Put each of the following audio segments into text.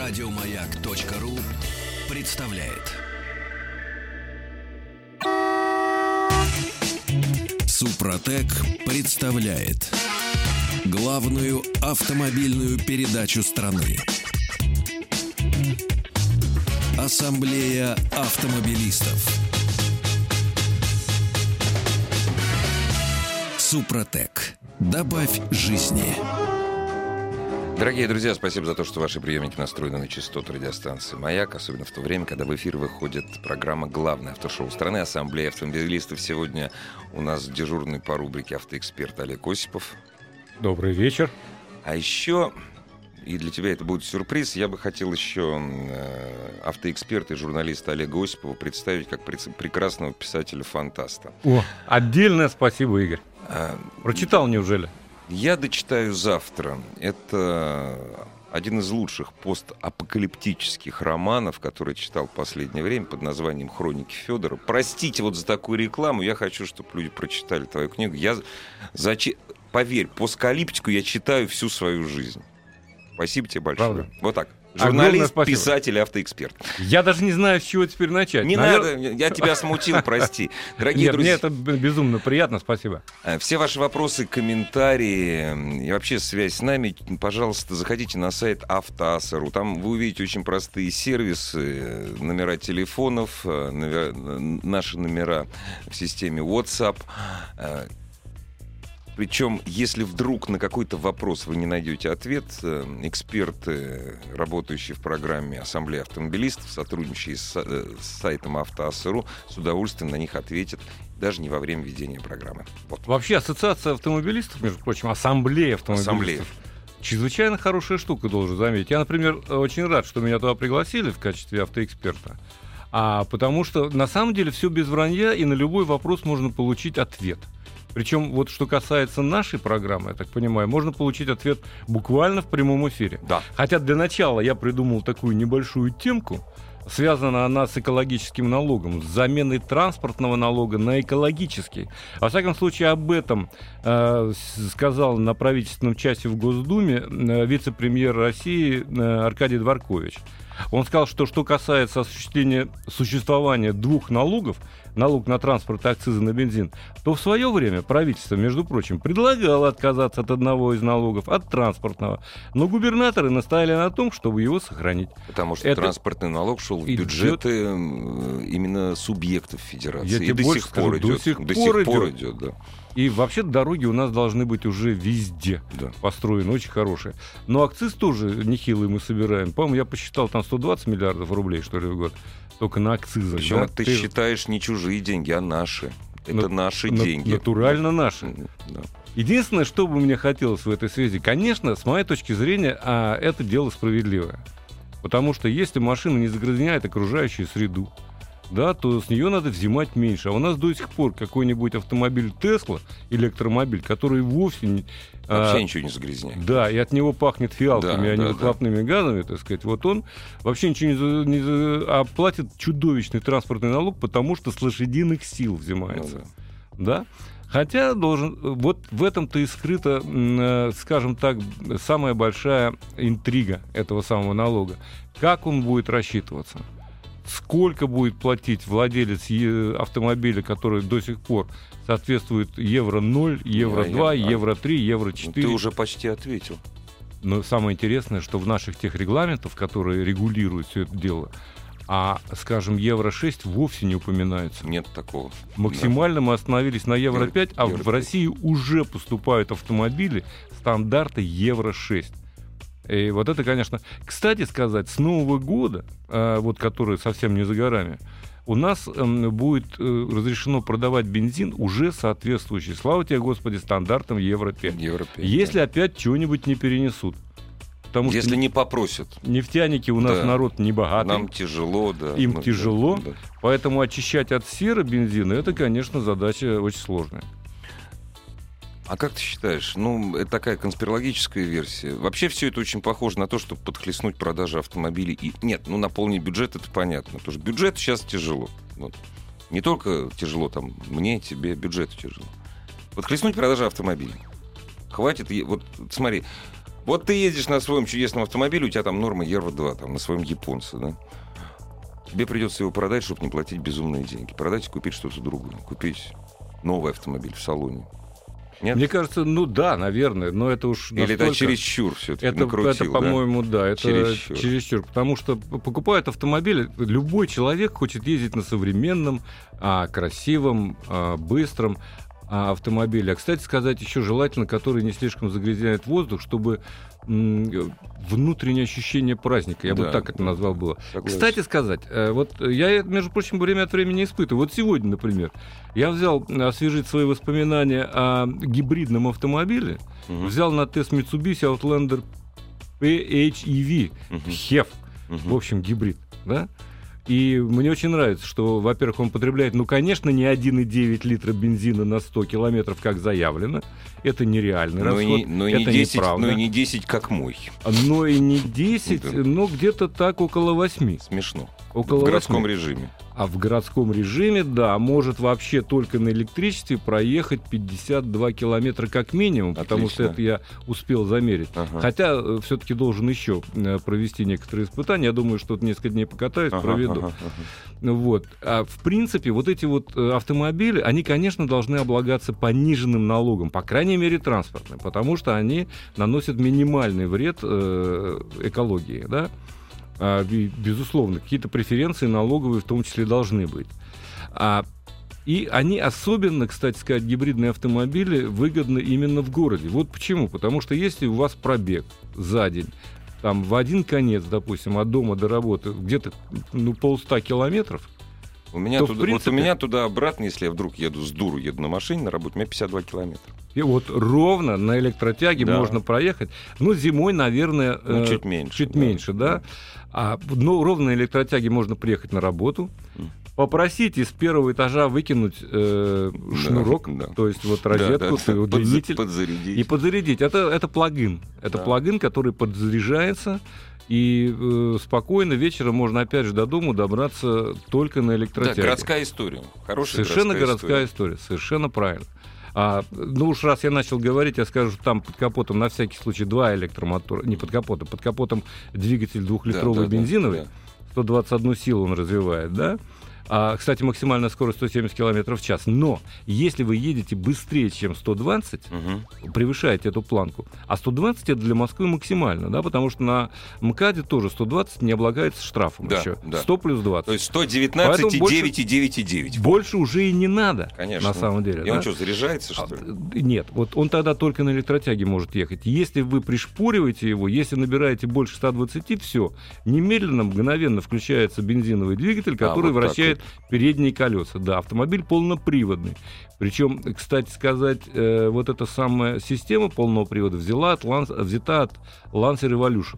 Радиомаяк.ру представляет. Супротек представляет главную автомобильную передачу страны. Ассамблея автомобилистов. Супротек. Добавь жизни. Дорогие друзья, спасибо за то, что ваши приемники настроены на частоту радиостанции «Маяк», особенно в то время, когда в эфир выходит программа «Главное автошоу страны» Ассамблея автомобилистов. Сегодня у нас дежурный по рубрике «Автоэксперт» Олег Осипов. Добрый вечер. А еще, и для тебя это будет сюрприз, я бы хотел еще автоэксперта и журналиста Олега Осипова представить как прекрасного писателя-фантаста. О, отдельное спасибо, Игорь. Прочитал, неужели? Я дочитаю завтра. Это один из лучших постапокалиптических романов, который читал в последнее время, под названием «Хроники Федора». Простите вот за такую рекламу, я хочу, чтобы люди прочитали твою книгу. Поверь, постапокалиптику я читаю всю свою жизнь. Спасибо тебе большое. Правда? Вот так. Журналист, спасибо. Писатель, автоэксперт. Я даже не знаю, с чего теперь начать. Не надо, я тебя смутил, прости. Дорогие друзья, мне это безумно приятно, спасибо. Все ваши вопросы, комментарии и вообще связь с нами, пожалуйста, заходите на сайт Автоаса.ру. Там вы увидите очень простые сервисы, номера телефонов, наши номера в системе WhatsApp. Причем, если вдруг на какой-то вопрос вы не найдете ответ, эксперты, работающие в программе «Ассамблея автомобилистов», сотрудничающие с сайтом Автоаса.ру, с удовольствием на них ответят, даже не во время ведения программы. Вот. Вообще, ассоциация автомобилистов, между прочим, Ассамблея автомобилистов, чрезвычайно хорошая штука, должен заметить. Я, например, очень рад, что меня туда пригласили в качестве автоэксперта. Потому что, на самом деле, все без вранья, и на любой вопрос можно получить ответ. Причем, вот что касается нашей программы, я так понимаю, можно получить ответ буквально в прямом эфире. Да. Хотя для начала я придумал такую небольшую темку. Связана она с экологическим налогом, с заменой транспортного налога на экологический. Во всяком случае, об этом сказал на правительственном часе в Госдуме вице-премьер России Аркадий Дворкович. Он сказал, что касается осуществления существования двух налогов, налог на транспорт и акцизы на бензин, то в свое время правительство, между прочим, предлагало отказаться от одного из налогов, от транспортного. Но губернаторы настояли на том, чтобы его сохранить. Потому что транспортный налог шел в бюджеты именно субъектов федерации. И до сих пор идет. Да. И вообще дороги у нас должны быть уже везде построены, очень хорошие. Но акциз тоже нехилый мы собираем. По-моему, я посчитал, там 120 миллиардов рублей, что ли, в год. Только на акцизы. Причем ты считаешь не чужие деньги, а наши. Это наши деньги. Натурально наши. Да. Единственное, что бы мне хотелось в этой связи, конечно, с моей точки зрения, это дело справедливое. Потому что если машина не загрязняет окружающую среду, да, то с нее надо взимать меньше. А у нас до сих пор какой-нибудь автомобиль Тесла, электромобиль, который вовсе не... Вообще ничего не загрязняет. Да, и от него пахнет фиалками, а не выхлопными газами, так сказать. Вот он вообще ничего не платит чудовищный транспортный налог, потому что с лошадиных сил взимается. Да? Хотя вот в этом-то и скрыта, скажем так, самая большая интрига этого самого налога. Как он будет рассчитываться? Сколько будет платить владелец автомобиля, который до сих пор соответствует Евро-0, Евро-2, Евро-3, Евро-4? Ты уже почти ответил. Но самое интересное, что в наших тех регламентах, которые регулируют все это дело, скажем, Евро-6 вовсе не упоминается. Нет такого. Максимально мы остановились на Евро-5, а в России уже поступают автомобили стандарта Евро-6. И вот это, конечно... Кстати сказать, с Нового года, который совсем не за горами, у нас будет разрешено продавать бензин уже соответствующий, слава тебе, Господи, стандартам Евро-5. Если опять чего-нибудь не перенесут. Потому если что не попросят. Нефтяники у нас народ небогатый. Нам тяжело, да. Им тяжело, поэтому очищать от серы бензина, это, конечно, задача очень сложная. А как ты считаешь? Это такая конспирологическая версия. Вообще все это очень похоже на то, чтобы подхлестнуть продажи автомобилей. Нет, наполнить бюджет, это понятно. Потому что бюджет сейчас тяжело. Не только тяжело мне, тебе, бюджету тяжело. Подхлестнуть продажи автомобилей. Хватит, смотри, Вот ты едешь на своем чудесном автомобиле, у тебя там норма Евро-2, там, на своем японце, да? Тебе придется его продать, чтобы не платить безумные деньги. Продать и купить что-то другое. Купить новый автомобиль в салоне. Нет? Мне кажется, ну да, наверное, но это уж Или это чересчур все-таки это, по-моему, да, это чересчур. Потому что покупают автомобили, любой человек хочет ездить на современном, красивом, быстром автомобиле. А, кстати сказать, еще желательно, который не слишком загрязняет воздух, чтобы внутреннее ощущение праздника, я бы так это назвал было. Согласен. Кстати сказать, вот я, между прочим, время от времени испытываю. Вот сегодня, например, я взял освежить свои воспоминания о гибридном автомобиле, взял на тест Mitsubishi Outlander PHEV, HEV, в общем, гибрид, да? И мне очень нравится, что, во-первых, он потребляет, ну, конечно, не 1,9 литра бензина на 100 километров, как заявлено. Это нереальный расход. Это неправда. Но и не 10, как мой. Но и не 10, но где-то так около 8. Смешно. Около в городском режиме. А в городском режиме, да, может вообще только на электричестве проехать 52 километра как минимум, Отлично. Потому что это я успел замерить. Хотя все-таки должен еще провести некоторые испытания. Я думаю, что несколько дней покатаюсь, проведу. Вот. А в принципе, вот эти вот автомобили, они, конечно, должны облагаться пониженным налогом, по крайней мере, транспортным, потому что они наносят минимальный вред экологии, да? Безусловно, какие-то преференции налоговые в том числе должны быть. И они особенно, кстати сказать, гибридные автомобили выгодны именно в городе. Вот почему. Потому что если у вас пробег за день, там в один конец, допустим, от дома до работы где-то 100 километров, у меня туда обратно, если я вдруг еду на машине на работе, у меня 52 километра. И вот ровно на электротяге можно проехать. Ну, зимой, наверное, чуть меньше. Чуть меньше, да. Но ровно на электротяге можно приехать на работу, попросить из первого этажа выкинуть шнурок, то есть вот розетку, удлинитель, и подзарядить. Это плагин. Это плагин, который подзаряжается, и спокойно вечером можно опять же до дома добраться только на электротяге. Да, городская история. Хорошая совершенно городская история. Совершенно правильно. Ну уж раз я начал говорить, я скажу, что там под капотом на всякий случай 2 электромотора, не под капотом двигатель 2-литровый бензиновый, 121 силу он развивает, да? Кстати, максимальная скорость 170 км в час. Но если вы едете быстрее, чем 120, превышаете эту планку. А 120 это для Москвы максимально, да, потому что на МКАДе тоже 120 не облагается штрафом еще. 100 плюс 20. То есть 119 и 9 и 9 и 9. Больше уже и не надо, конечно, на самом деле. И он что, заряжается, что ли? Нет, вот он тогда только на электротяге может ехать. Если вы пришпориваете его, если набираете больше 120, все, немедленно, мгновенно включается бензиновый двигатель, который вращает передние колеса. Да, автомобиль полноприводный. Причем, кстати сказать, вот эта самая система полного привода взята от Lancer Evolution.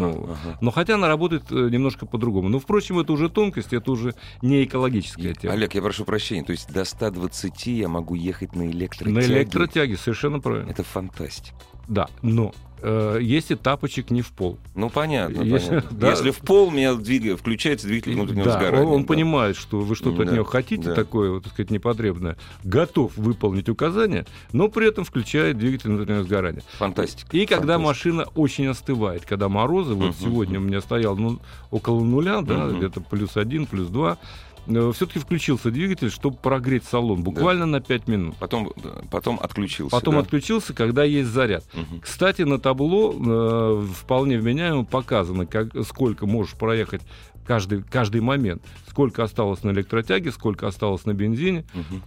Но хотя она работает немножко по-другому. Но, впрочем, это уже тонкость, это уже не экологическая тема. Олег, я прошу прощения, то есть до 120 я могу ехать на электротяге? На электротяге, совершенно правильно. Это фантастика. Да, но если тапочек не в пол. Ну, понятно. Если в пол, меня включается двигатель внутреннего сгорания. Он понимает, что вы что-то от него хотите, такое, так сказать, непотребное, готов выполнить указания, но при этом включает двигатель внутреннего сгорания. Фантастика. И когда машина очень остывает, когда морозы, вот сегодня у меня стоял около нуля, да, где-то +1, +2, все-таки включился двигатель, чтобы прогреть салон буквально на 5 минут. Потом отключился. Отключился, когда есть заряд. Кстати, на табло вполне вменяемо показано, сколько можешь проехать каждый момент. Сколько осталось на электротяге, сколько осталось на бензине.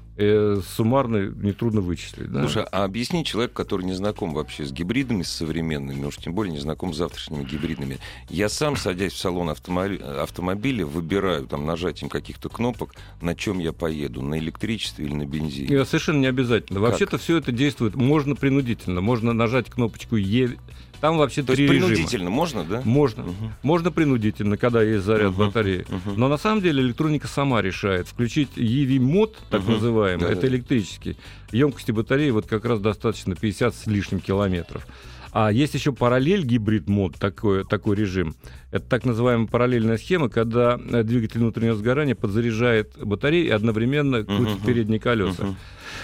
Суммарно нетрудно вычислить. Да? Слушай, а объясни человеку, который не знаком вообще с гибридами, с современными, уж тем более не знаком с завтрашними гибридными. Я сам, садясь в салон автомобиля, выбираю там нажатием каких-то кнопок, на чем я поеду, на электричестве или на бензине. Совершенно не обязательно. Вообще-то все это действует, можно принудительно. Можно нажать кнопочку «Е». Там вообще 3 режима. Принудительно можно, да? Можно. Можно принудительно, когда есть заряд батареи. Но на самом деле электроника сама решает. Включить EV-мод, так называемый, это электрический. Емкости батареи вот как раз достаточно 50 с лишним километров. А есть еще параллель гибрид мод, такой режим. Это так называемая параллельная схема, когда двигатель внутреннего сгорания подзаряжает батареи и одновременно крутит передние колеса.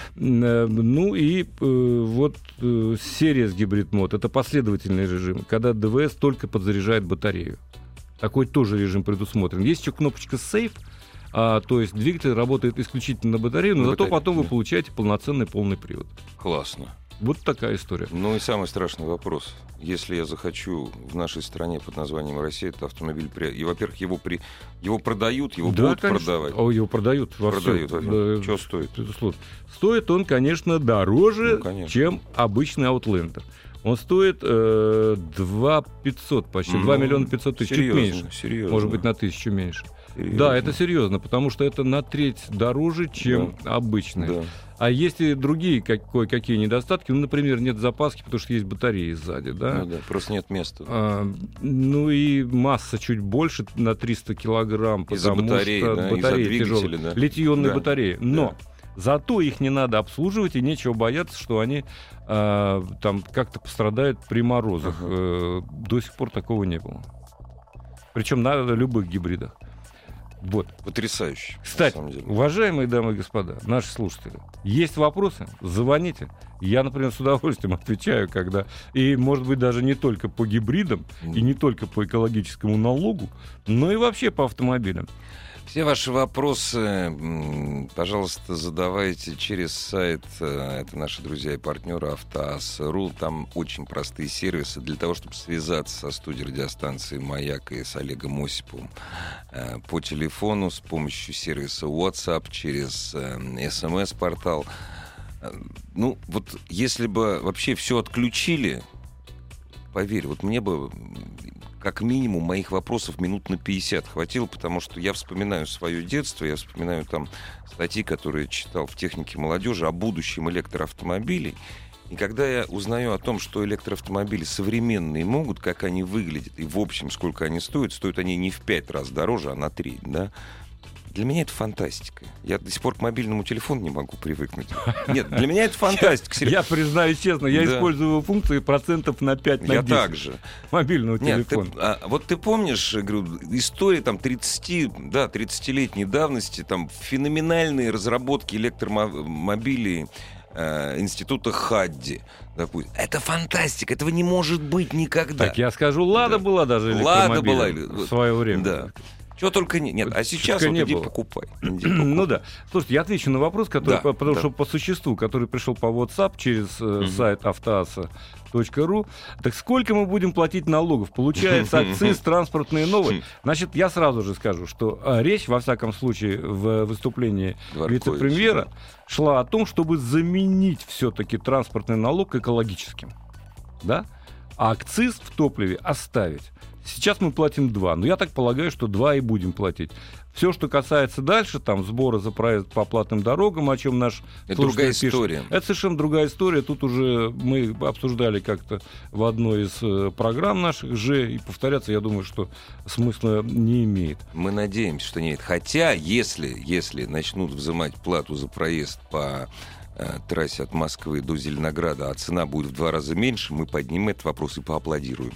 Ну и серия с гибрид мод — это последовательный режим, когда ДВС только подзаряжает батарею. Такой тоже режим предусмотрен. Есть еще кнопочка «Сейф», то есть двигатель работает исключительно на батарею, но зато потом вы получаете полноценный полный привод. Классно. Вот такая история. Ну и самый страшный вопрос. Если я захочу в нашей стране под названием Россия этот автомобиль, и, во-первых, его продают, его будут продавать. Его продают. Что стоит? Стоит он, конечно, дороже, чем обычный Outlander. Он стоит 2 500 почти, 2 миллиона 500 тысяч, чуть меньше. Серьезно. Может быть, на 1000 меньше. Серьезно. Да, это серьезно, потому что это на треть дороже, чем обычный. Да. А есть и другие кое-какие недостатки. Ну, например, нет запаски, потому что есть батареи сзади. Да? Ну да, просто нет места. Ну и масса чуть больше, на 300 килограмм. Из-за батареи, что батареи тяжелые, да. Литий-ионные батареи. Но зато их не надо обслуживать, и нечего бояться, что они там как-то пострадают при морозах. До сих пор такого не было. Причем на любых гибридах. Вот. Потрясающе. Кстати, уважаемые дамы и господа, наши слушатели, есть вопросы? Звоните. Я, например, с удовольствием отвечаю, когда... И, может быть, даже не только по гибридам, и не только по экологическому налогу, но и вообще по автомобилям. Все ваши вопросы, пожалуйста, задавайте через сайт. Это наши друзья и партнеры Автоаз.ру. Там очень простые сервисы для того, чтобы связаться со студией радиостанции «Маяк» и с Олегом Осиповым по телефону с помощью сервиса WhatsApp, через СМС-портал. Ну, вот если бы вообще все отключили, поверь, вот мне бы... как минимум моих вопросов минут на 50 хватило, потому что я вспоминаю свое детство, я вспоминаю там статьи, которые читал в «Технике молодежи» о будущем электроавтомобилей. И когда я узнаю о том, что электроавтомобили современные могут, как они выглядят, и в общем, сколько они стоят они не в 5 раз дороже, а на 3, да? Для меня это фантастика. Я до сих пор к мобильному телефону не могу привыкнуть. Нет, для меня это фантастика. Я признаюсь честно, я использую его функции процентов на 5-10. Я также. Мобильного телефона. Вот ты помнишь, говорю, история там 30-летней давности, там феноменальные разработки электромобилей института Хадди. Допустим. Это фантастика, этого не может быть никогда. Так я скажу, «Лада» была даже электромобилем в свое время. Да. Чего только нет. А сейчас вот иди покупай. Ну да. Слушайте, я отвечу на вопрос, который, потому что по существу, который пришел по WhatsApp через сайт автоаса.ру. Так сколько мы будем платить налогов? Получается, акциз, транспортные налоги. Значит, я сразу же скажу, что речь, во всяком случае, в выступлении вице-премьера шла о том, чтобы заменить все-таки транспортный налог экологическим. Да? А акциз в топливе оставить. Сейчас мы платим 2, но я так полагаю, что 2 и будем платить. Все, что касается дальше, там, сбора за проезд по платным дорогам, о чем наш слушатель пишет, история. Это совершенно другая история. Тут уже мы обсуждали как-то в одной из программ наших же, и повторяться, я думаю, что смысла не имеет. Мы надеемся, что не имеет. Хотя, если начнут взимать плату за проезд по трассе от Москвы до Зеленограда, а цена будет в 2 раза меньше, мы поднимем этот вопрос и поаплодируем.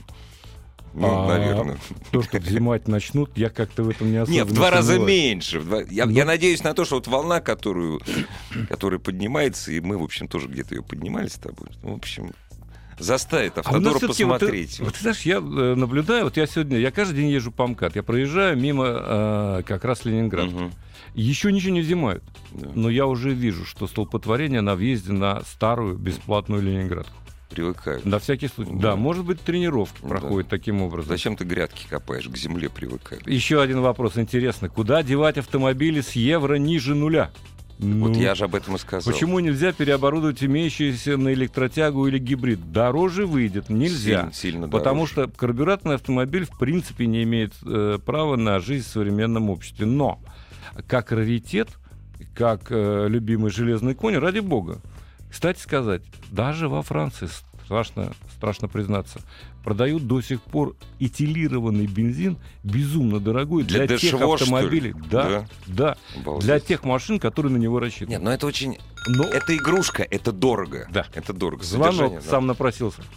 Ну, наверное. То, что взимать начнут, я как-то в этом не особо... Нет, в 2 раза меньше. Я надеюсь на то, что вот волна, которая поднимается, и мы, в общем, тоже где-то ее поднимали с тобой, в общем, заставит Автодор посмотреть. Вот ты знаешь, я наблюдаю, я каждый день езжу по МКАД, я проезжаю мимо как раз Ленинградки. Еще ничего не взимают. Но я уже вижу, что столпотворение на въезде на старую бесплатную Ленинградку. Привыкают. На всякий случай. Да, может быть, тренировки проходят таким образом. Зачем ты грядки копаешь? К земле привыкают. Еще один вопрос интересный. Куда девать автомобили с евро ниже 0? Вот я же об этом и сказал. Почему нельзя переоборудовать имеющиеся на электротягу или гибрид? Дороже выйдет. Нельзя. Сильно потому дороже. Что карбюраторный автомобиль в принципе не имеет права на жизнь в современном обществе. Но как раритет, как любимый железный конь, ради бога. Кстати сказать, даже во Франции, страшно признаться, продают до сих пор этилированный бензин, безумно дорогой для тех автомобилей. Да. Для тех машин, которые на него рассчитаны. Нет, но это очень... Это игрушка, это дорого. Да. Это дорого. Звонок сам напросился.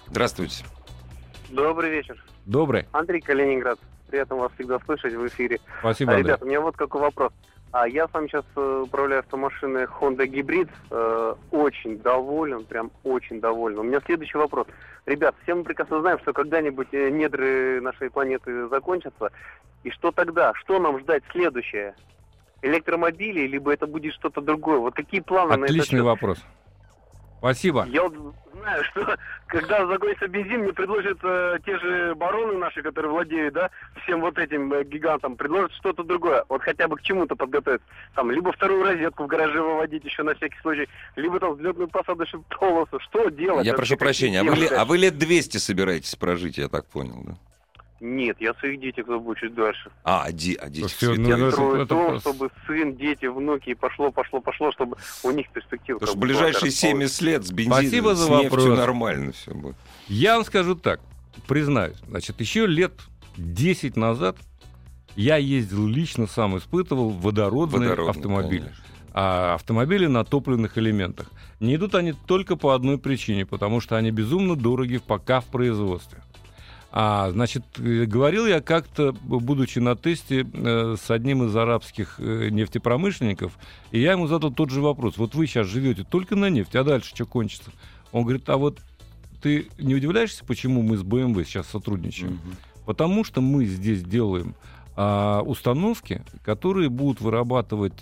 Здравствуйте. Добрый вечер. Добрый. Андрей, Калининград. Приятно вас всегда слышать в эфире. Спасибо, Андрей. Ребята, у меня вот какой вопрос. Я сам сейчас управляю автомашиной Honda Hybrid. Очень доволен, прям очень доволен. У меня следующий вопрос. Ребят, все мы прекрасно знаем, что когда-нибудь недры нашей планеты закончатся. И что тогда? Что нам ждать следующее? Электромобили, либо это будет что-то другое? Вот какие планы на это? Отличный вопрос. Спасибо. Я вот знаю, что когда закончится бензин, мне предложат те же бароны наши, которые владеют, да, всем вот этим гигантам, предложат что-то другое. Вот хотя бы к чему-то подготовиться. Там, либо вторую розетку в гараже выводить еще на всякий случай, либо там взлетную посадочную полосу. Что делать? Я прошу прощения, а вы лет 200 собираетесь прожить, я так понял, да? Нет, я своих детей будет чуть дальше. Дети. Всё, Я ну, строю это то, просто- чтобы сын, дети, внуки, и пошло, чтобы у них перспектива. Потому что ближайшие 70 лет с бензином, Спасибо за с нефтью вопрос. нормально все будет. Я вам скажу так, признаюсь, значит, еще лет 10 назад я ездил лично, сам испытывал водородные автомобили. Конечно. А автомобили на топливных элементах. Не идут они только по одной причине, потому что они безумно дороги пока в производстве. Значит, говорил я как-то, будучи на тесте с одним из арабских нефтепромышленников, и я ему задал тот же вопрос. Вот вы сейчас живете только на нефть, а дальше что кончится? Он говорит, а вот ты не удивляешься, почему мы с BMW сейчас сотрудничаем? Потому что мы здесь делаем установки, которые будут вырабатывать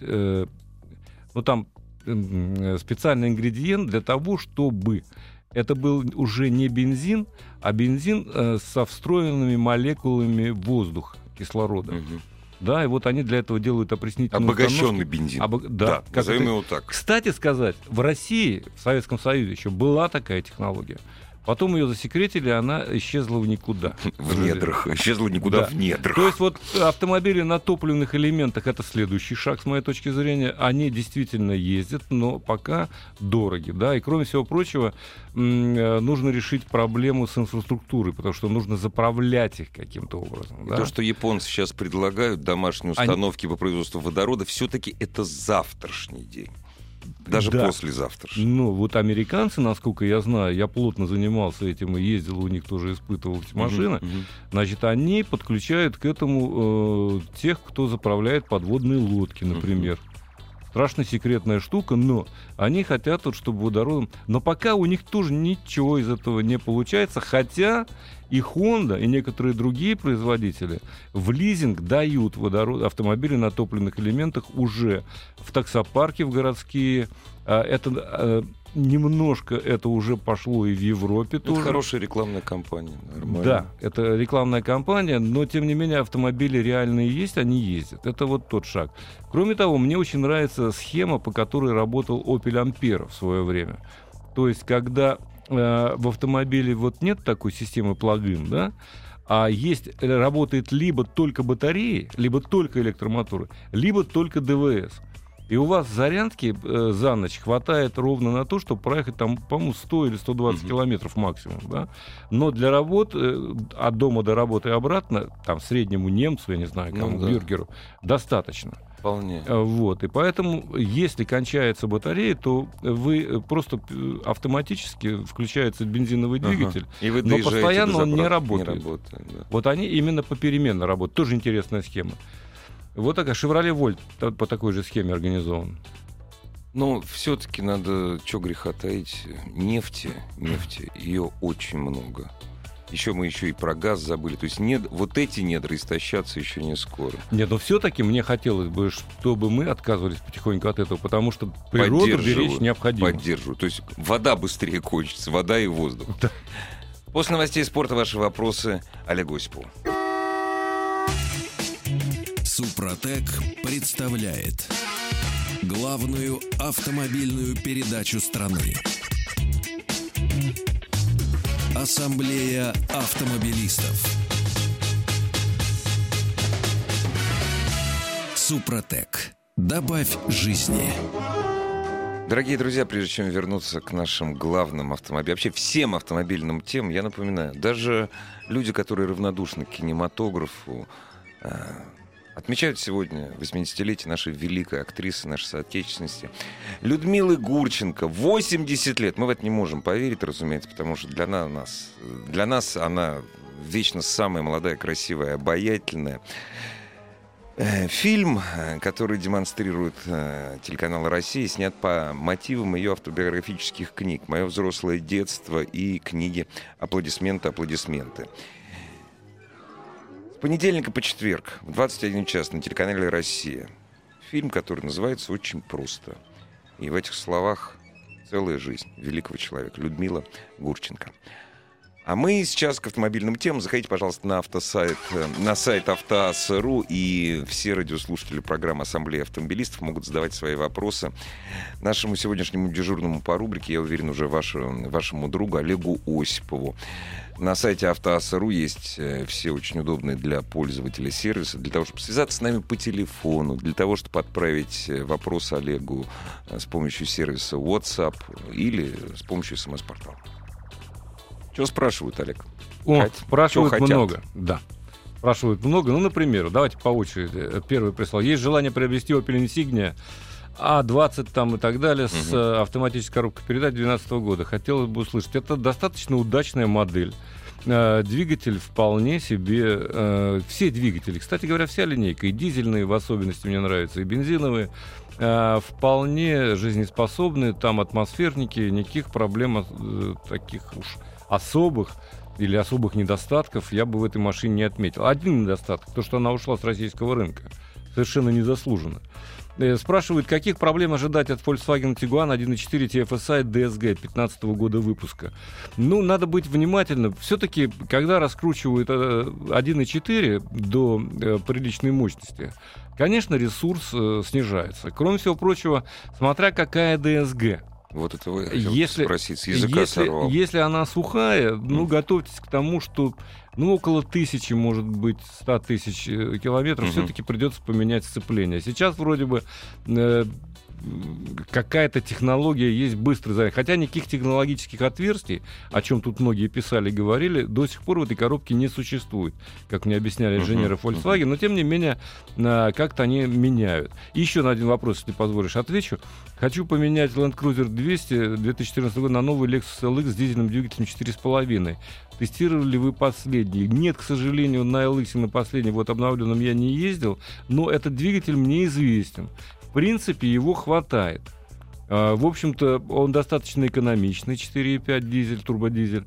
специальный ингредиент для того, чтобы это был уже не бензин, а бензин со встроенными молекулами воздуха, кислорода. Да, и вот они для этого делают опреснительные Обогащенный установки. бензин. Да, как назовем это- его так. Кстати сказать, в России, в Советском Союзе еще была такая технология. Потом ее засекретили, она исчезла в никуда. В недрах. Исчезла никуда Да. в недрах. То есть вот автомобили на топливных элементах — это следующий шаг, с моей точки зрения. Они действительно ездят, но пока дороги. Да? И кроме всего прочего, нужно решить проблему с инфраструктурой, потому что нужно заправлять их каким-то образом. И Да? то, что японцы сейчас предлагают, домашние установки по производству водорода, все-таки это завтрашний день. Даже Да. послезавтрашний. Ну, вот американцы, насколько я знаю, я плотно занимался этим и ездил, у них тоже испытывал эти машины, значит, они подключают к этому тех, кто заправляет подводные лодки, например. Страшно секретная штука, но они хотят, вот, чтобы водородом... Но пока у них тоже ничего из этого не получается, хотя и Honda, и некоторые другие производители в лизинг дают автомобили на топливных элементах уже в таксопарке, в городские. Немножко это уже пошло и в Европе Это тоже. хорошая рекламная кампания. Нормально. Да, это рекламная кампания, но тем не менее автомобили реальные есть, они ездят. Это вот тот шаг. Кроме того, мне очень нравится схема, по которой работал Opel Ampera в свое время. То есть, когда в автомобиле вот нет такой системы плагин, да, а работает либо только батареи, либо только электромоторы, либо только ДВС. И у вас зарядки за ночь хватает ровно на то, чтобы проехать там, по-моему, 100 или 120 километров максимум. Да? Но для работы, от дома до работы и обратно, там, среднему немцу, я не знаю, бюргеру, достаточно. Вполне. Вот. И поэтому, если кончается батарея, то вы просто автоматически включается бензиновый двигатель, И вы но доезжаете постоянно до он не заправки. работает. Да. Вот они именно попеременно работают. Тоже интересная схема. Вот такая Chevrolet Volt по такой же схеме организован. Но все-таки надо, что греха таить, нефти, ее очень много. Мы еще и про газ забыли. То есть вот эти недра истощатся еще не скоро. Нет, но все-таки мне хотелось бы, чтобы мы отказывались потихоньку от этого, потому что природу беречь необходимо. Поддерживаю. То есть вода быстрее кончится, вода и воздух. Да. После новостей спорта ваши вопросы Олегу Осипову. Супротек представляет главную автомобильную передачу страны. Ассамблея автомобилистов. Супротек. Добавь жизни. Дорогие друзья, прежде чем вернуться к нашим главным автомобилям, вообще всем автомобильным темам, я напоминаю, даже люди, которые равнодушны к кинематографу, Отмечают сегодня 80-летие нашей великой актрисы, нашей соотечественности Людмилы Гурченко. 80 лет. Мы в это не можем поверить, разумеется, потому что для нас она вечно самая молодая, красивая, обаятельная. Фильм, который демонстрирует телеканал «Россия», снят по мотивам ее автобиографических книг «Мое взрослое детство» и книги «Аплодисменты, аплодисменты». С понедельника по четверг в 21 час на телеканале «Россия». Фильм, который называется очень просто. И в этих словах целая жизнь великого человека Людмила Гурченко. А мы сейчас к автомобильным темам. Заходите, пожалуйста, на сайт Автоаз.ру, и все радиослушатели программы «Ассамблея автомобилистов» могут задавать свои вопросы нашему сегодняшнему дежурному по рубрике, я уверен, уже вашему другу Олегу Осипову. На сайте Автоаз.ру есть все очень удобные для пользователя сервисы, для того, чтобы связаться с нами по телефону, для того, чтобы отправить вопрос Олегу с помощью сервиса WhatsApp или с помощью СМС-портала. Что спрашивают, Олег? Спрашивают много. Да. Спрашивают много. Ну, например, давайте по очереди. Первый прислал. Есть желание приобрести Opel Insignia А20 там и так далее с автоматической коробкой передач 2012 года. Хотелось бы услышать. Это достаточно удачная модель. Двигатель вполне себе... все двигатели, кстати говоря, вся линейка, и дизельные в особенности мне нравятся, и бензиновые, вполне жизнеспособны. Там атмосферники, никаких проблем таких уж особых или особых недостатков я бы в этой машине не отметил. Один недостаток, то, что она ушла с российского рынка. Совершенно незаслуженно. Спрашивают, каких проблем ожидать от Volkswagen Tiguan 1.4 TFSI DSG 2015 года выпуска. Ну, надо быть внимательным. Все-таки, когда раскручивают 1.4 до приличной мощности, конечно, ресурс снижается. Кроме всего прочего, смотря какая DSG. Вот это вы хотел спросить, с языка сорвал. Если она сухая, ну, готовьтесь к тому, что около 1000, может быть, 100 тысяч километров все-таки придется поменять сцепление. Сейчас вроде бы какая-то технология есть быстрый заряд. Хотя никаких технологических отверстий, о чем тут многие писали и говорили, до сих пор в этой коробке не существует, как мне объясняли инженеры Volkswagen, но тем не менее как-то они меняют. И еще на один вопрос, если позволишь, отвечу. Хочу поменять Land Cruiser 200 2014 года на новый Lexus LX с дизельным двигателем 4,5. Тестировали ли вы последний? Нет, к сожалению, на LX на последнем обновленном я не ездил, но этот двигатель мне известен. В принципе, его хватает. В общем-то, он достаточно экономичный, 4,5 дизель, турбодизель.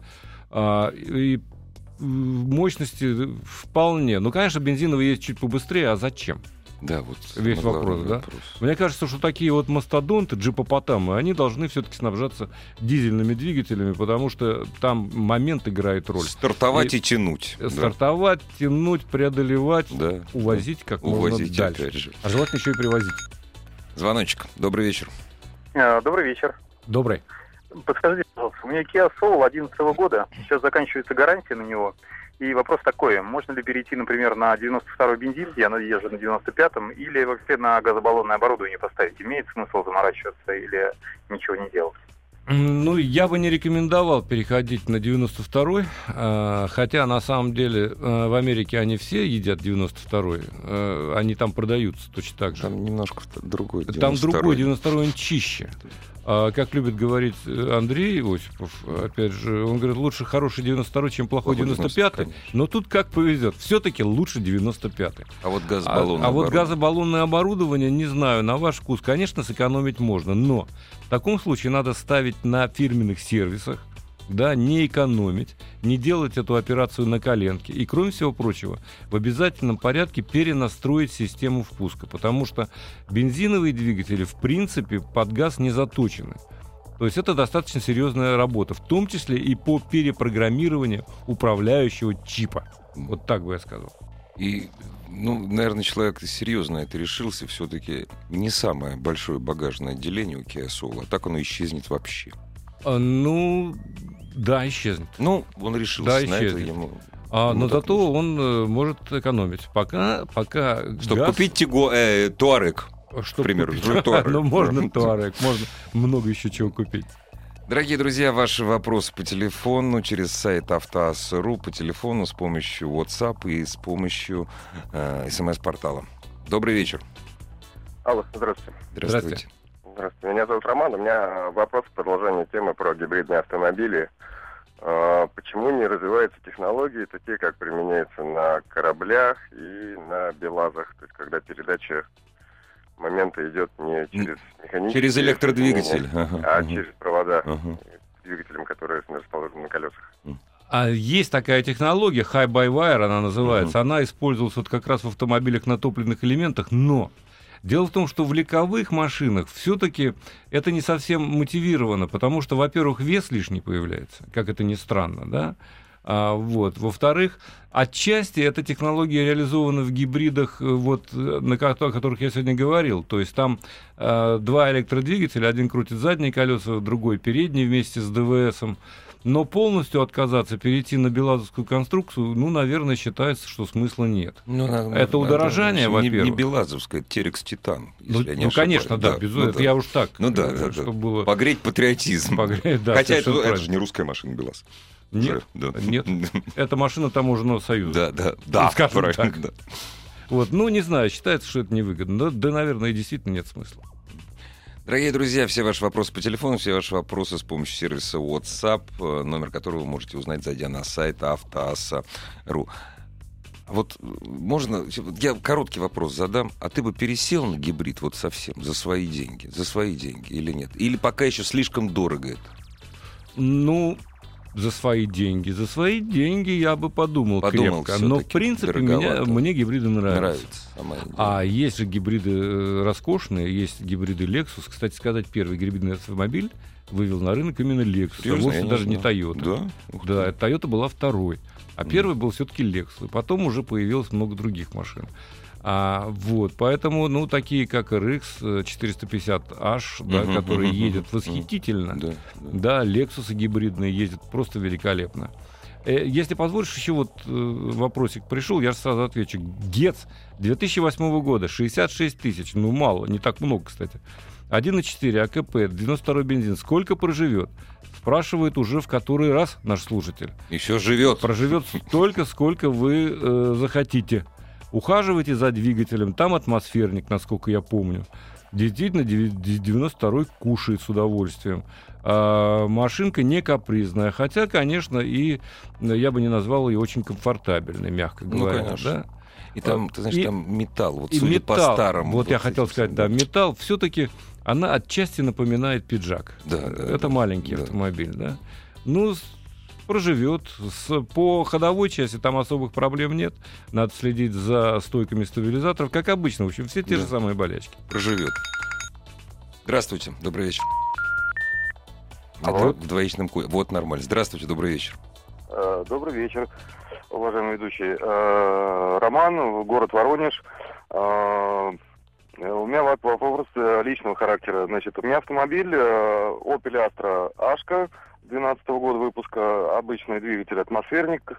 И мощности вполне. Ну, конечно, бензиновый есть чуть побыстрее, а зачем? Да, вот весь вопрос, да? Мне кажется, что такие вот мастодонты, джипопотамы, они должны все-таки снабжаться дизельными двигателями, потому что там момент играет роль. Стартовать и тянуть. Стартовать, тянуть, преодолевать, увозить как можно дальше. Опять же. А желательно еще и привозить. Звоночек. Добрый вечер. Добрый вечер. Добрый. Подскажите, пожалуйста, у меня Kia Soul 2011 года, сейчас заканчивается гарантия на него. И вопрос такой, можно ли перейти, например, на 92-й бензин, я езжу на 95-м, или вообще на газобаллонное оборудование поставить? Имеет смысл заморачиваться или ничего не делать? Ну, я бы не рекомендовал переходить на 92-й, хотя на самом деле в Америке они все едят 92-й, они там продаются точно так же. Там немножко другой 92-й. Там другой 92-й, он чище. Как любит говорить Андрей Осипов, опять же, он говорит, лучше хороший 92-й, чем плохой 95-й, но тут как повезет, все-таки лучше 95-й. А вот газобаллонное газобаллонное оборудование, не знаю, на ваш вкус, конечно, сэкономить можно, но в таком случае надо ставить на фирменных сервисах, да, не экономить, не делать эту операцию на коленке. И, кроме всего прочего, в обязательном порядке перенастроить систему впуска, потому что бензиновые двигатели, в принципе, под газ не заточены. То есть это достаточно серьезная работа, в том числе и по перепрограммированию управляющего чипа. Вот так бы я сказал. И, наверное, человек серьезно это решился. Все-таки не самое большое багажное отделение у Kia Soul, а так оно исчезнет вообще. Да, исчезнет. Он решился на это ему. Но зато он может экономить. Пока чтобы купить Туарек, к примеру. Можно Туарек, можно много еще чего купить. Дорогие друзья, ваши вопросы по телефону через сайт АвтоАС.ру, по телефону с помощью WhatsApp и с помощью СМС-портала. Добрый вечер. Алло, здравствуйте. Здравствуйте. Здравствуйте. Меня зовут Роман. У меня вопрос в продолжение темы про гибридные автомобили. Почему не развиваются технологии, такие, как применяются на кораблях и на БелАЗах? То есть, когда передача момента идет не через механические... Через электродвигатель. Через провода к двигателям, которые расположены на колесах. А есть такая технология, High-by-Wire она называется, она использовалась вот как раз в автомобилях на топливных элементах, но дело в том, что в легковых машинах все-таки это не совсем мотивировано, потому что, во-первых, вес лишний появляется, как это ни странно, да? Во-вторых, отчасти эта технология реализована в гибридах, вот, о которых я сегодня говорил. То есть там два электродвигателя, один крутит задние колеса, другой передние вместе с ДВСом. Но полностью отказаться, перейти на белазовскую конструкцию, наверное, считается, что смысла нет. Это удорожание, во-первых. Не белазовская, это Терекс Титан, если я не ошибаюсь. Конечно, да, безусловно. Это я уж так. Чтобы было... Погреть патриотизм. Хотя это же не русская машина БелАЗ. Нет, это машина таможенного союза. Да, скажем так. Не знаю, считается, что это невыгодно. Да, наверное, и действительно нет смысла. Дорогие друзья, все ваши вопросы по телефону, все ваши вопросы с помощью сервиса WhatsApp, номер которого вы можете узнать, зайдя на сайт автоаса.ру. Вот можно... Я короткий вопрос задам. А ты бы пересел на гибрид вот совсем за свои деньги или нет? Или пока еще слишком дорого это? За свои деньги я бы подумал крепко. Но, в принципе, мне гибриды нравятся. А есть же гибриды роскошные, есть гибриды Lexus. Кстати сказать, первый гибридный автомобиль вывел на рынок именно Lexus, а вовсе даже не Toyota. Да, Toyota была второй. А первый был все-таки Lexus. И потом уже появилось много других машин. Поэтому, такие как RX 450H, которые ездят восхитительно, Lexus гибридные ездят просто великолепно. Если позволишь, еще вопросик пришел, я же сразу отвечу. ГЕЦ 2008 года, 66 тысяч, мало, не так много, кстати. 1.4 АКП, 92-й бензин, сколько проживет? Спрашивает уже в который раз наш слушатель. Еще живет. Проживет столько, сколько вы захотите. Ухаживайте за двигателем, там атмосферник, насколько я помню. Действительно, 92-й кушает с удовольствием. Машинка не капризная, хотя, конечно, и я бы не назвал ее очень комфортабельной, мягко говоря. Конечно. Да? И там, ты знаешь, там металл, судя по старому. Я хотел сказать, металл, все-таки она отчасти напоминает пиджак. Это маленький автомобиль, да. Проживет. По ходовой части там особых проблем нет. Надо следить за стойками стабилизаторов. Как обычно, в общем, все те же самые болячки. Проживет. Здравствуйте, добрый вечер. Алло. В двоичном кое. Вот нормально. Здравствуйте, добрый вечер. Добрый вечер, уважаемый ведущий. Роман, город Воронеж. У меня вопрос личного характера. Значит, у меня автомобиль Opel Astra Ashka 2012 года выпуска, обычный двигатель атмосферник,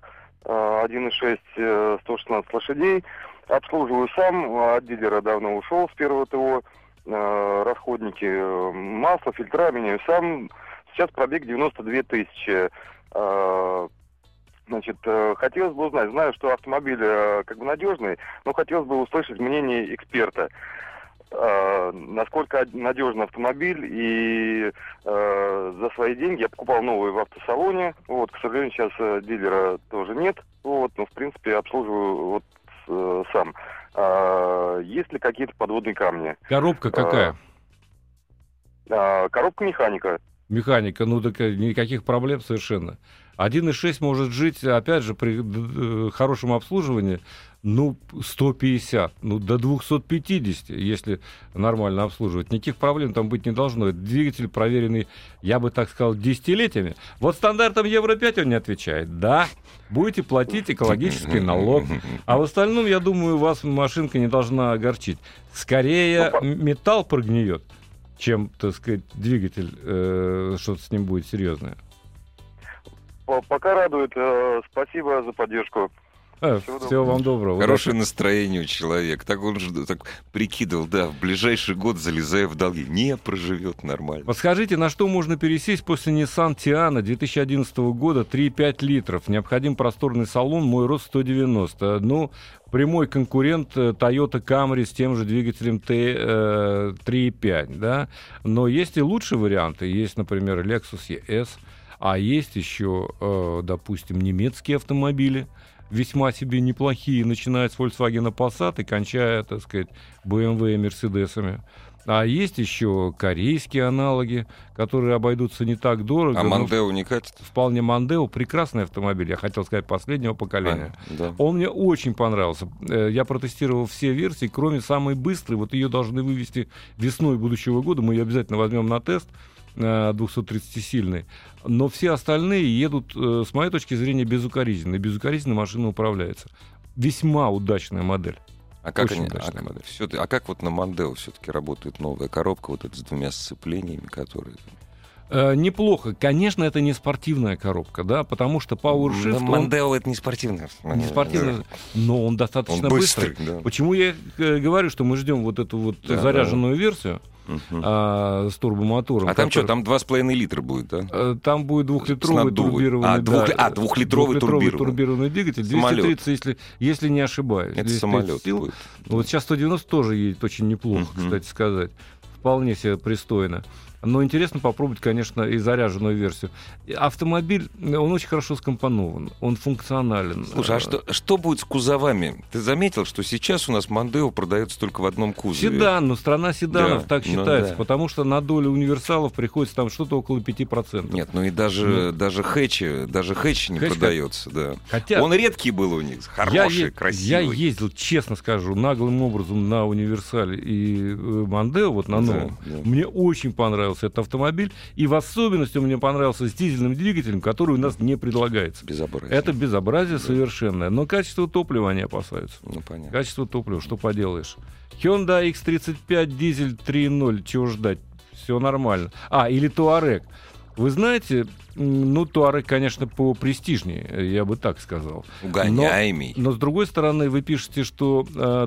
1.6, 116 лошадей. Обслуживаю сам, от дилера давно ушел с первого ТО. Расходники, масло, фильтра меняю сам. Сейчас пробег 92 тысячи. Значит, хотелось бы узнать, знаю, что автомобиль надежный, но хотелось бы услышать мнение эксперта. Насколько надежный автомобиль, и за свои деньги я покупал новый в автосалоне. К сожалению, сейчас дилера тоже нет. Но в принципе обслуживаю сам. Есть ли какие-то подводные камни? Коробка какая? Коробка механика. Механика, так никаких проблем совершенно. 1.6 может жить, опять же, при хорошем обслуживании, 150, до 250, если нормально обслуживать. Никаких проблем там быть не должно. Это двигатель, проверенный, я бы так сказал, десятилетиями. Стандартом Евро-5 он не отвечает. Да, будете платить экологический налог. А в остальном, я думаю, вас машинка не должна огорчить. Скорее, металл прогниет, чем, так сказать, двигатель, что-то с ним будет серьезное. Пока радует. Спасибо за поддержку. Всего вам доброго. Хорошее настроение у человека. Так он же так прикидывал, да, в ближайший год, залезая в долги, не проживет нормально. Подскажите, на что можно пересесть после Nissan Tiana 2011 года 3,5 литров? Необходим просторный салон, мой рост 190. Ну, прямой конкурент Toyota Camry с тем же двигателем 3,5, да? Но есть и лучшие варианты. Есть, например, Lexus ES, а есть еще, допустим, немецкие автомобили, весьма себе неплохие, начиная с Volkswagen Passat и кончая, так сказать, BMW и Мерседесами. А есть еще корейские аналоги, которые обойдутся не так дорого. А Mondeo не катит? Вполне. Mondeo прекрасный автомобиль, я хотел сказать, последнего поколения. Да. Он мне очень понравился. Я протестировал все версии, кроме самой быстрой. Вот ее должны вывести весной будущего года. Мы ее обязательно возьмем на тест. 230-сильный. Но все остальные едут, с моей точки зрения, безукоризненно. И безукоризненно машина управляется. Весьма удачная модель. А как, модель. А как вот на Mondeo все-таки работает новая коробка, вот эта с двумя сцеплениями, которые... Неплохо. Конечно, это не спортивная коробка, да, потому что PowerShift... Mondeo это не спортивная. Не спортивная, да. Но он достаточно быстрый. Да. Почему я говорю, что мы ждем вот эту вот заряженную версию с турбомотором. А там что, там 2,5 литра будет, да? Там будет двухлитровый турбированный... двухлитровый турбированный двигатель, 230, если не ошибаюсь. Это самолет будет. Вот сейчас 190 тоже едет очень неплохо, кстати сказать. Вполне себе пристойно. Но интересно попробовать, конечно, и заряженную версию. Автомобиль, он очень хорошо скомпонован, он функционален. Слушай, а что будет с кузовами? Ты заметил, что сейчас у нас Mondeo продается только в одном кузове? Седан, но страна седанов, так считается, да. потому что на долю универсалов приходится там что-то около 5%. Нет, ну и даже хэтч не продается. Да. Хотя он редкий был у них, хороший, красивый. Я ездил, честно скажу, наглым образом на универсале и Mondeo, вот на новом. Да. Мне очень понравился этот автомобиль, и в особенности мне понравился с дизельным двигателем, который у нас не предлагается. Безобразие. Это безобразие совершенное, но качество топлива они опасаются. Ну, понятно. Качество топлива, что поделаешь. Hyundai X35 дизель 3.0, чего ждать? Все нормально. Или Touareg. Вы знаете, Touareg, конечно, попрестижнее, я бы так сказал. Угоняемый. Но с другой стороны, вы пишете, что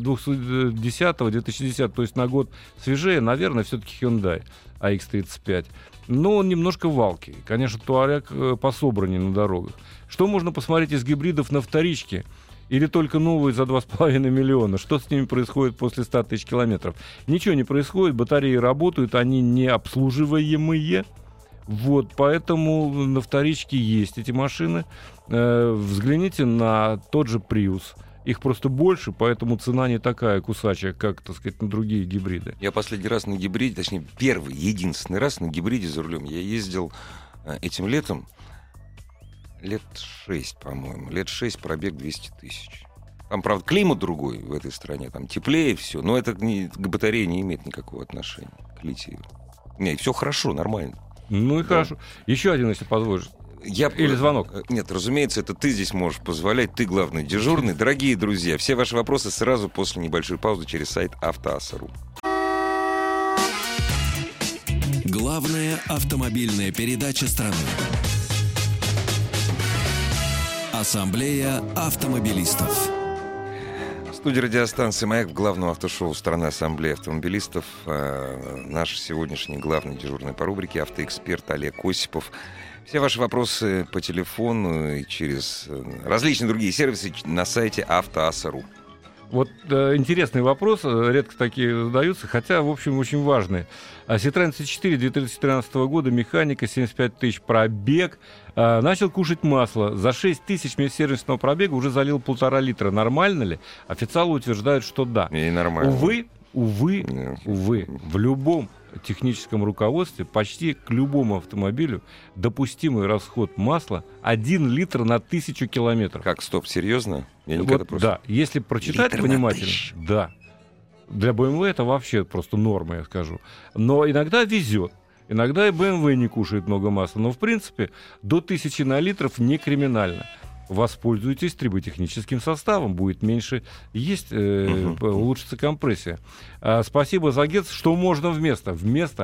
2010, то есть на год свежее, наверное, все-таки Hyundai X35. Но он немножко валкий. Конечно, Touareg пособраннее на дорогах. Что можно посмотреть из гибридов на вторичке? Или только новые за 2,5 миллиона? Что с ними происходит после 100 тысяч километров? Ничего не происходит, батареи работают, они не обслуживаемые. Вот, поэтому на вторичке есть эти машины. Взгляните на тот же Prius. Их просто больше, поэтому цена не такая кусачая, как, так сказать, на другие гибриды. Я последний раз на гибриде, точнее, единственный раз на гибриде за рулем я ездил этим летом. Лет 6, по-моему. Лет 6, пробег 200 тысяч. Там, правда, климат другой в этой стране. Там теплее все. Но это к батарее не имеет никакого отношения. К литию. Не, все хорошо, нормально. Ну и хорошо. Еще один, если позволишь. Или звонок. Нет, разумеется, это ты здесь можешь позволять. Ты главный дежурный. Дорогие друзья, все ваши вопросы сразу после небольшой паузы через сайт Автоаса.ру. Главная автомобильная передача страны. Ассамблея автомобилистов. В студии радиостанции «Маяк» в главном автошоу страны Ассамблеи автомобилистов наш сегодняшний главный дежурный по рубрике автоэксперт Олег Осипов. Все ваши вопросы по телефону и через различные другие сервисы на сайте Автоаса.ру. Вот интересный вопрос, редко такие задаются, хотя, в общем, очень важный. Citroёn C4 2013 года, механика, 75 тысяч пробег, начал кушать масло. За 6 тысяч сервисного пробега уже залил 1,5 литра. Нормально ли? Официалы утверждают, что да. И нормально. Увы, в любом техническом руководстве почти к любому автомобилю допустимый расход масла 1 литр на 1000 километров. Как, стоп, серьезно? Я никогда просто... Да, если прочитать литр внимательно, да. Для BMW это вообще просто норма, я скажу. Но иногда везет. Иногда и BMW не кушает много масла. Но, в принципе, до 1000 на литров не криминально. Воспользуйтесь триботехническим составом, будет меньше есть, улучшится компрессия. Спасибо за ГЕЦ. Что можно вместо? Вместо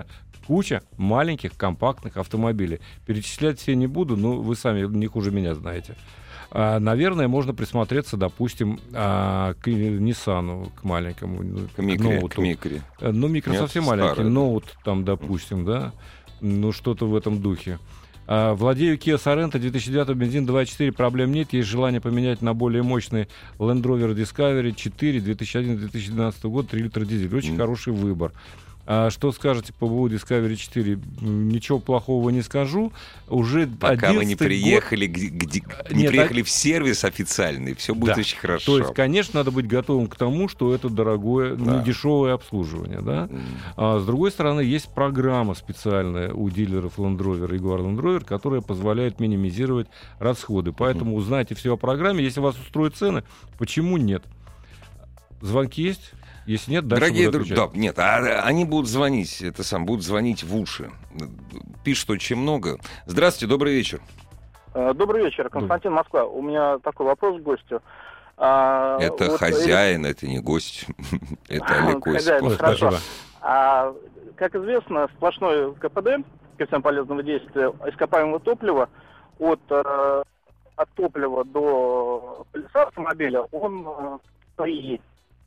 куча маленьких компактных автомобилей. Перечислять все не буду, но вы сами не хуже меня знаете. Наверное, можно присмотреться, допустим, к Ниссану, к маленькому, к ноуту. Микре. Ну, микро Нет, совсем старый, маленький, да. ноут там, допустим, да, ну, что-то в этом духе. Владею Kia Sorento 2009 бензин 2.4, проблем нет, есть желание поменять на более мощный Land Rover Discovery 4 2011-2012 год, 3 литра дизель. Очень хороший выбор. Что скажете по БУ Discovery 4? Ничего плохого не скажу. Уже Пока вы не приехали, Нет, приехали в сервис официальный, все будет Да. очень хорошо. То есть, конечно, надо быть готовым к тому, что это дорогое, Да. недешевое обслуживание. Да? А с другой стороны, есть программа специальная у дилеров Land Rover и Jaguar Land Rover, которая позволяет минимизировать расходы. Поэтому узнайте все о программе. Если вас устроят цены, почему нет? Звонки есть? Если нет, дальше Дорогие буду друзья, отвечать. да, нет, они будут звонить, будут звонить в уши. Пишут очень много. Здравствуйте, добрый вечер. Добрый вечер, Константин, Москва. У меня такой вопрос к гостю. Это хозяин, это не гость. Это Олег Хозяин, Ой, Осипов. хорошо. спасибо. Как известно, сплошной КПД, коэффициент полезного действия ископаемого топлива, от топлива до колеса автомобиля, он при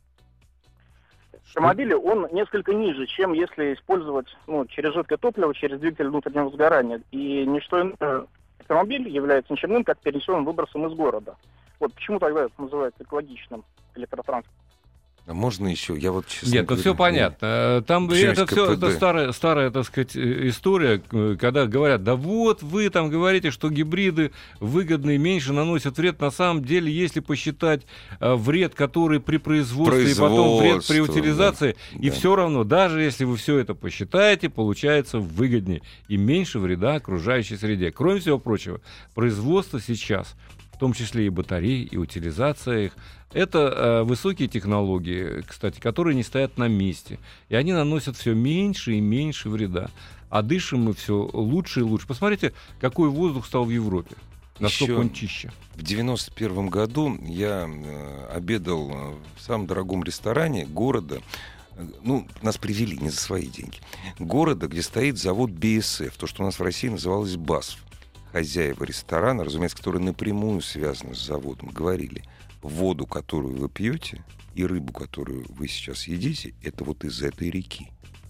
автомобиле он несколько ниже, чем если использовать через жидкое топливо, через двигатель внутреннего сгорания. И ничто иное, автомобиль является ничем иным, как перенесенным выбросом из города. Вот почему тогда это называется экологичным электротранспортом? А можно еще? Я вот честно Нет, ну говоря, все понятно. Там Почему это все КПД? это старая, так сказать, история, когда говорят, да вот вы там говорите, что гибриды выгодные, меньше наносят вред. На самом деле, если посчитать вред, который при производстве, и потом вред при Производство, утилизации, да. и Да. все равно, даже если вы все это посчитаете, получается выгоднее и меньше вреда окружающей среде. Кроме всего прочего, производство сейчас, в том числе и батареи, и утилизация их, это высокие технологии, кстати, которые не стоят на месте. И они наносят все меньше и меньше вреда. А дышим мы все лучше и лучше. Посмотрите, какой воздух стал в Европе. Насколько Еще он чище. В 91 году я обедал в самом дорогом ресторане города. Ну, нас привели не за свои деньги. Города, где стоит завод BASF, то, что у нас в России называлось BASF. Хозяева ресторана, разумеется, которые напрямую связаны с заводом, говорили: воду, которую вы пьете, и рыбу, которую вы сейчас едите, это вот из этой реки.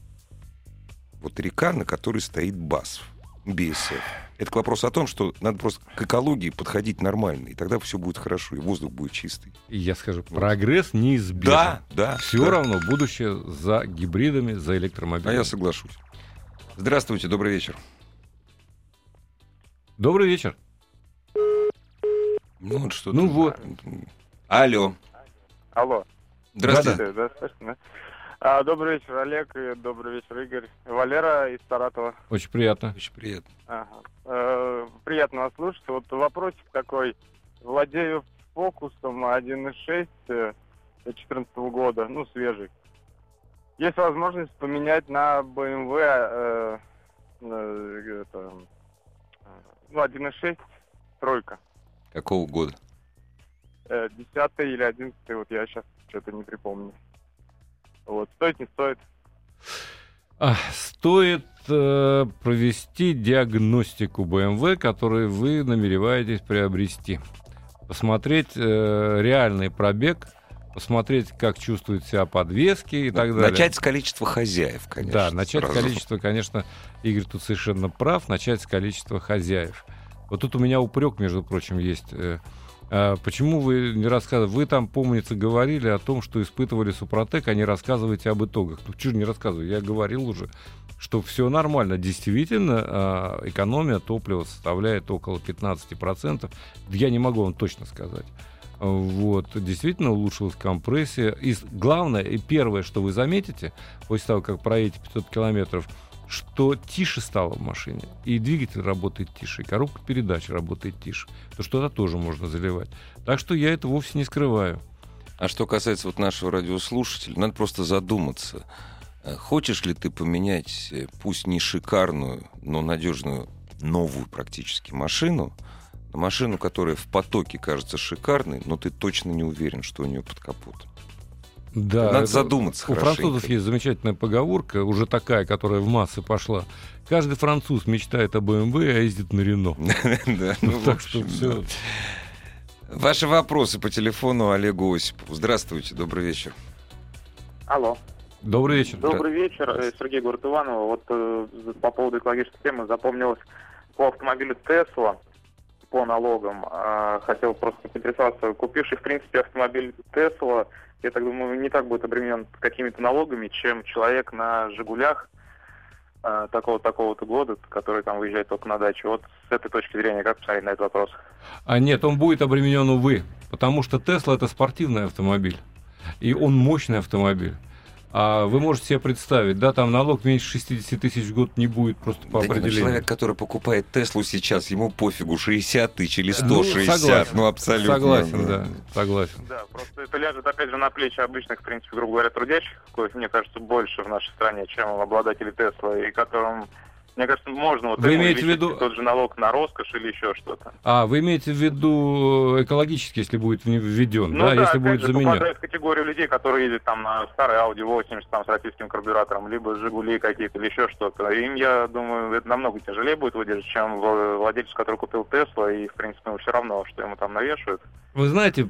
Вот река, на которой стоит BASF. Это к вопросу о том, что надо просто к экологии подходить нормально, и тогда все будет хорошо, и воздух будет чистый. И я скажу, прогресс неизбежен. Да. Все равно будущее за гибридами, за электромобилями. А я соглашусь. Здравствуйте, добрый вечер. Добрый вечер. Ну вот что-то. Ну вот. Алло. Алло. Здравствуйте. Да, слышно, да? Добрый вечер, Олег, и добрый вечер, Игорь. Валера из Саратова. Очень приятно. Очень приятно. Ага. Приятно вас слушать. Вот вопросик такой. Владею фокусом 1.6 2014 года, свежий. Есть возможность поменять на BMW 1.6 тройка. Какого года? 10-й или 11-й, вот я сейчас что-то не припомню. Вот, стоит, не стоит? Стоит провести диагностику BMW, которую вы намереваетесь приобрести. Посмотреть реальный пробег, посмотреть, как чувствуют себя подвески и так далее. Начать с количества хозяев, конечно. Да, начать с сразу. количества, конечно, Игорь тут совершенно прав, начать с количества хозяев. Вот тут у меня упрек, между прочим, есть. Почему вы не рассказываете? Вы там, помнится, говорили о том, что испытывали Супротек, а не рассказываете об итогах. Ну, чего же не рассказываю? Я говорил уже, что все нормально. Действительно, экономия топлива составляет около 15%. Я не могу вам точно сказать. Вот, действительно улучшилась компрессия. И главное, и первое, что вы заметите, после того, как проедете 500 километров, что тише стало в машине. И двигатель работает тише, и коробка передач работает тише. То что это тоже можно заливать. Так что я это вовсе не скрываю. А что касается вот нашего радиослушателя, надо просто задуматься. Хочешь ли ты поменять, пусть не шикарную, но надежную, новую практически машину, на машину, которая в потоке кажется шикарной, но ты точно не уверен, что у нее под капотом? Да, Надо задуматься У хорошенько. французов есть замечательная поговорка, уже такая, которая в массы пошла. Каждый француз мечтает о BMW, а ездит на Рено. Да, ну, в Так что общем, все. да. Ваши вопросы по телефону Олегу Осипову. Здравствуйте, добрый вечер. Алло. Добрый вечер. Добрый вечер, Сергей, город Иваново. Вот по поводу экологической темы запомнилось по автомобилю Tesla, по налогам. Хотел просто поинтересоваться, купивший, в принципе, автомобиль Tesla, я так думаю, не так будет обременен какими-то налогами, чем человек на «Жигулях» такого-то года, который там выезжает только на дачу. Вот с этой точки зрения, как посмотреть на этот вопрос? А нет, он будет обременен, увы, потому что Tesla — это спортивный автомобиль, и он мощный автомобиль. А вы можете себе представить, да, там налог меньше 60 тысяч в год не будет просто по Да нет, определению. человек, который покупает Теслу сейчас, ему пофигу, 60 тысяч или Ну, 160. согласен. Абсолютно. Согласен, да, согласен. Да, просто это ляжет, опять же, на плечи обычных, в принципе, грубо говоря, трудящих, коих, мне кажется, больше в нашей стране, чем обладатели Тесла, и которым, мне кажется, можно вот Вы ему имеете в увеличить виду- тот же налог на роскошь или еще что-то. А, вы имеете в виду экологически, если будет введен, Ну да, да, если опять будет же, заменен? попадает в категорию людей, которые ездят там на старый Audi 80 там, с российским карбюратором, либо Жигули какие-то, или еще что-то. Им, я думаю, это намного тяжелее будет выдержать, чем владелец, который купил Тесла, и, в принципе, ему все равно, что ему там навешивают. Вы знаете,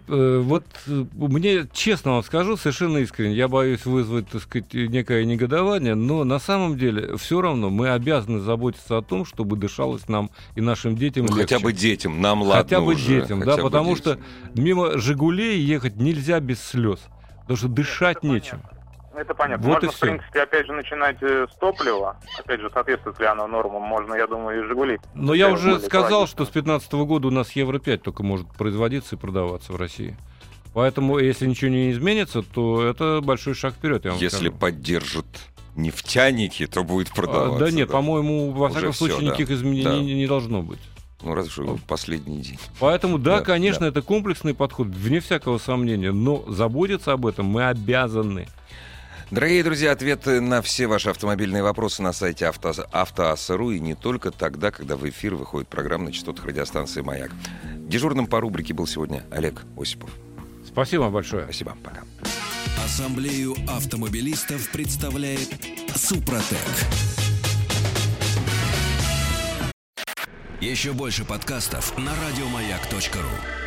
мне, честно вам скажу, совершенно искренне, я боюсь вызвать, так сказать, некое негодование, но на самом деле все равно мы обязаны заботиться о том, чтобы дышалось нам и нашим детям Ну, легче. хотя бы детям, нам ладно Хотя бы уже, детям, хотя да, бы потому детям. что мимо «Жигулей» ехать нельзя без слез, потому что дышать это нечем. Это понятно. Вот и Можно, в всё. принципе, опять же, начинать с топлива. Опять же, соответствует ли оно нормам, можно, я думаю, и Жигули. Но я уже более сказал, экологично. что с 2015 года у нас Евро-5 только может производиться и продаваться в России. Поэтому, если ничего не изменится, то это большой шаг вперед, я вам Если скажу. поддержат нефтяники, то будет продаваться. Да нет, по-моему, во Уже всяком всё, случае, да. никаких изменений Да. не должно быть. Ну, разве что последний день. Поэтому, да, Да, конечно, это комплексный подход, вне всякого сомнения, но заботиться об этом мы обязаны. Дорогие друзья, ответы на все ваши автомобильные вопросы на сайте Автоаса.ру и не только тогда, когда в эфир выходит программа на частотах радиостанции «Маяк». Дежурным по рубрике был сегодня Олег Осипов. Спасибо большое. Спасибо, пока. Ассамблею автомобилистов представляет Супротек. Еще больше подкастов на радиомаяк.ру.